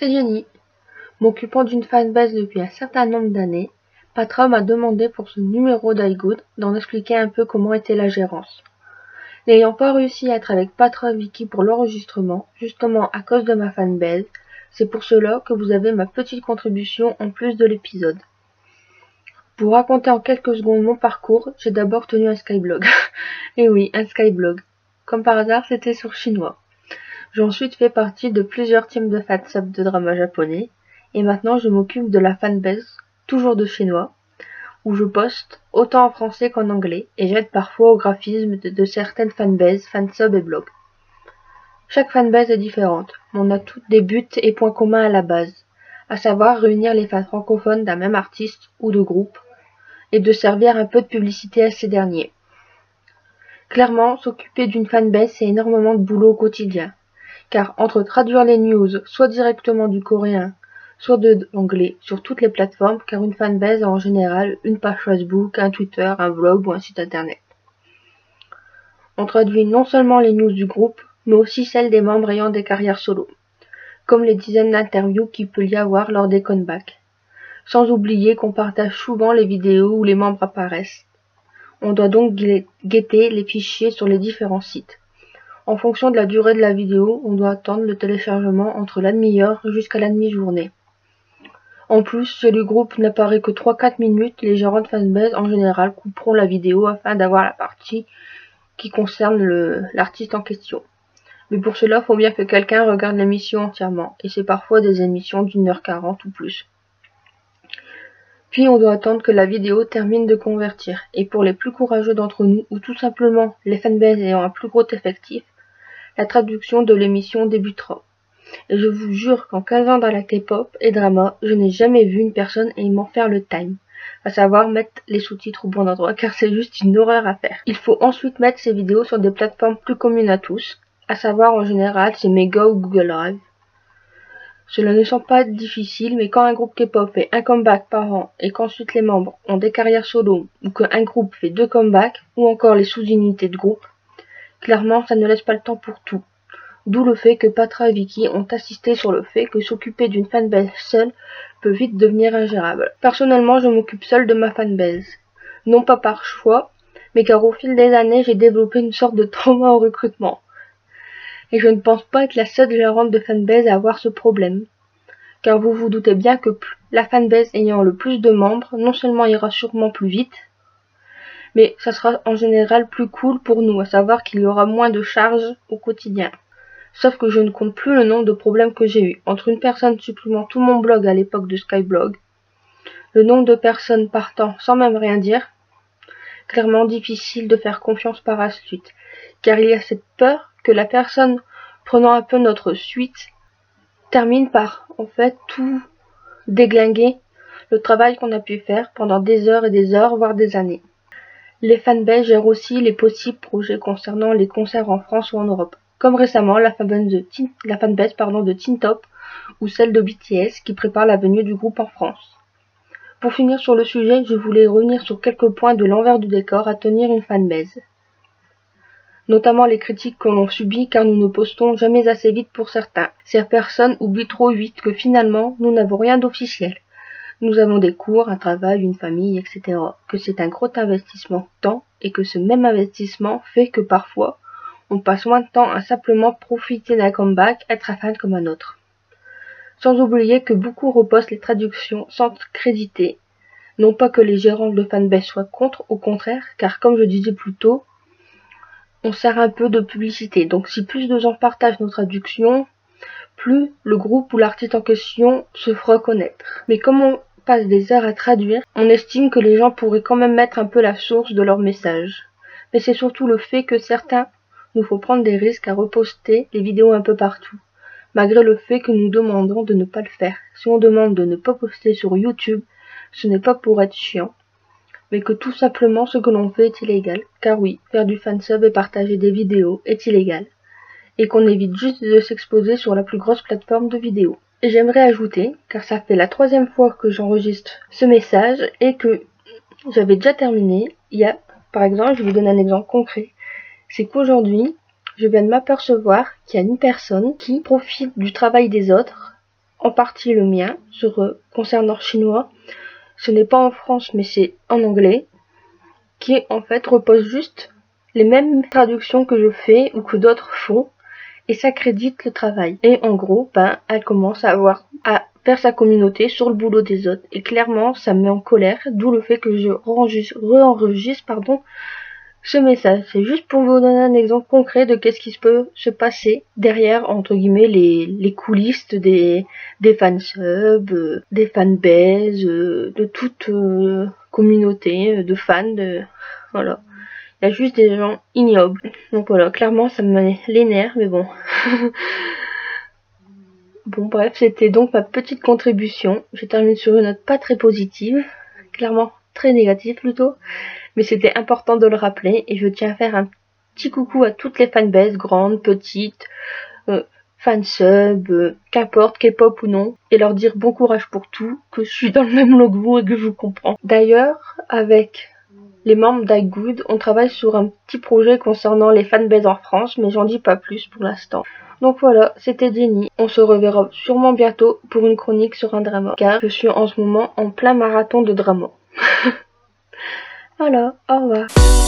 c'est Jenny. M'occupant d'une fanbase depuis un certain nombre d'années, Patra m'a demandé pour ce numéro d'iGood d'en expliquer un peu comment était la gérance. N'ayant pas réussi à être avec Patra Vicky pour l'enregistrement, justement à cause de ma fanbase, c'est pour cela que vous avez ma petite contribution en plus de l'épisode. Pour raconter en quelques secondes mon parcours, j'ai d'abord tenu un Skyblog. Et oui, un Skyblog. Comme par hasard, c'était sur chinois. J'ai ensuite fait partie de plusieurs teams de fansub de drama japonais, et maintenant je m'occupe de la fanbase, toujours de chinois, où je poste autant en français qu'en anglais, et j'aide parfois au graphisme de certaines fanbases, fansub et blogs. Chaque fanbase est différente, mais on a toutes des buts et points communs à la base, à savoir réunir les fans francophones d'un même artiste ou de groupe, et de servir un peu de publicité à ces derniers. Clairement, s'occuper d'une fanbase, c'est énormément de boulot au quotidien. Car entre traduire les news, soit directement du coréen, soit de l'anglais, sur toutes les plateformes, car une fanbase a en général une page Facebook, un Twitter, un blog ou un site internet. On traduit non seulement les news du groupe, mais aussi celles des membres ayant des carrières solo, comme les dizaines d'interviews qu'il peut y avoir lors des comebacks. Sans oublier qu'on partage souvent les vidéos où les membres apparaissent. On doit donc guetter les fichiers sur les différents sites. En fonction de la durée de la vidéo, on doit attendre le téléchargement entre la demi-heure jusqu'à la demi-journée. En plus, si le groupe n'apparaît que 3-4 minutes, les gérants de fanbase en général couperont la vidéo afin d'avoir la partie qui concerne l'artiste en question. Mais pour cela, il faut bien que quelqu'un regarde l'émission entièrement, et c'est parfois des émissions d'1h40 ou plus. Puis on doit attendre que la vidéo termine de convertir, et pour les plus courageux d'entre nous, ou tout simplement les fanbases ayant un plus gros effectif, la traduction de l'émission débutera. Et je vous jure qu'en 15 ans dans la K-pop et drama, je n'ai jamais vu une personne aimant faire le time, à savoir mettre les sous-titres au bon endroit, car c'est juste une horreur à faire. Il faut ensuite mettre ces vidéos sur des plateformes plus communes à tous, à savoir en général c'est Mega ou Google Drive. Cela ne semble pas difficile, mais quand un groupe K-pop fait un comeback par an et qu'ensuite les membres ont des carrières solo, ou qu'un groupe fait 2 comebacks, ou encore les sous-unités de groupe, clairement ça ne laisse pas le temps pour tout. D'où le fait que Patra et Vicky ont insisté sur le fait que s'occuper d'une fanbase seule peut vite devenir ingérable. Personnellement, je m'occupe seule de ma fanbase. Non pas par choix, mais car au fil des années, j'ai développé une sorte de trauma au recrutement. Et je ne pense pas être la seule gérante de fanbase à avoir ce problème. Car vous vous doutez bien que la fanbase ayant le plus de membres, non seulement ira sûrement plus vite, mais ça sera en général plus cool pour nous, à savoir qu'il y aura moins de charges au quotidien. Sauf que je ne compte plus le nombre de problèmes que j'ai eu. Entre une personne supprimant tout mon blog à l'époque de Skyblog, le nombre de personnes partant sans même rien dire, clairement difficile de faire confiance par la suite. Car il y a cette peur que la personne prenant un peu notre suite termine par, en fait, tout déglinguer le travail qu'on a pu faire pendant des heures et des heures, voire des années. Les fanbases gèrent aussi les possibles projets concernant les concerts en France ou en Europe. Comme récemment la fanbase de Teen Top ou celle de BTS qui prépare la venue du groupe en France. Pour finir sur le sujet, je voulais revenir sur quelques points de l'envers du décor à tenir une fanbase. Notamment les critiques que l'on subit car nous ne postons jamais assez vite pour certains. Ces personnes oublient trop vite que finalement nous n'avons rien d'officiel. Nous avons des cours, un travail, une famille, etc. Que c'est un gros investissement de temps et que ce même investissement fait que parfois on passe moins de temps à simplement profiter d'un comeback, être un fan comme un autre. Sans oublier que beaucoup repostent les traductions sans créditer. Non pas que les gérants de fanbase soient contre, au contraire, car comme je disais plus tôt, on sert un peu de publicité. Donc si plus de gens partagent nos traductions, plus le groupe ou l'artiste en question se fera connaître. Mais comme on passe des heures à traduire, on estime que les gens pourraient quand même mettre un peu la source de leur message. Mais c'est surtout le fait que certains nous faut prendre des risques à reposter les vidéos un peu partout, malgré le fait que nous demandons de ne pas le faire. Si on demande de ne pas poster sur YouTube, ce n'est pas pour être chiant, mais que tout simplement ce que l'on fait est illégal. Car oui, faire du fansub et partager des vidéos est illégal, et qu'on évite juste de s'exposer sur la plus grosse plateforme de vidéos. Et j'aimerais ajouter, car ça fait la 3e fois que j'enregistre ce message et que j'avais déjà terminé, par exemple, je vous donne un exemple concret, c'est qu'aujourd'hui, je viens de m'apercevoir qu'il y a une personne qui profite du travail des autres en partie le mien concernant chinois. Ce n'est pas en France mais c'est en anglais, qui en fait repose juste les mêmes traductions que je fais ou que d'autres font, et ça crédite le travail. Et en gros, elle commence à faire sa communauté sur le boulot des autres. Et clairement, ça me met en colère, d'où le fait que je re-enregistre ce message. C'est juste pour vous donner un exemple concret de qu'est-ce qui peut se passer derrière, entre guillemets, les coulisses des fansubs, des fanbases, de toute communauté de fans. Voilà. Il y a juste des gens ignobles. Donc voilà, clairement ça me met les nerfs, mais bon. Bon bref, c'était donc ma petite contribution. Je termine sur une note pas très positive, clairement très négative plutôt. Mais c'était important de le rappeler et je tiens à faire un petit coucou à toutes les fanbases, grandes, petites, fansub, qu'importe, K-pop ou non, et leur dire bon courage pour tout, que je suis dans le même lot que vous et que je vous comprends. D'ailleurs, avec les membres d'iGood, on travaille sur un petit projet concernant les fanbases en France, mais j'en dis pas plus pour l'instant. Donc voilà, c'était Jenny. On se reverra sûrement bientôt pour une chronique sur un drama, car je suis en ce moment en plein marathon de drama. Voilà, au revoir.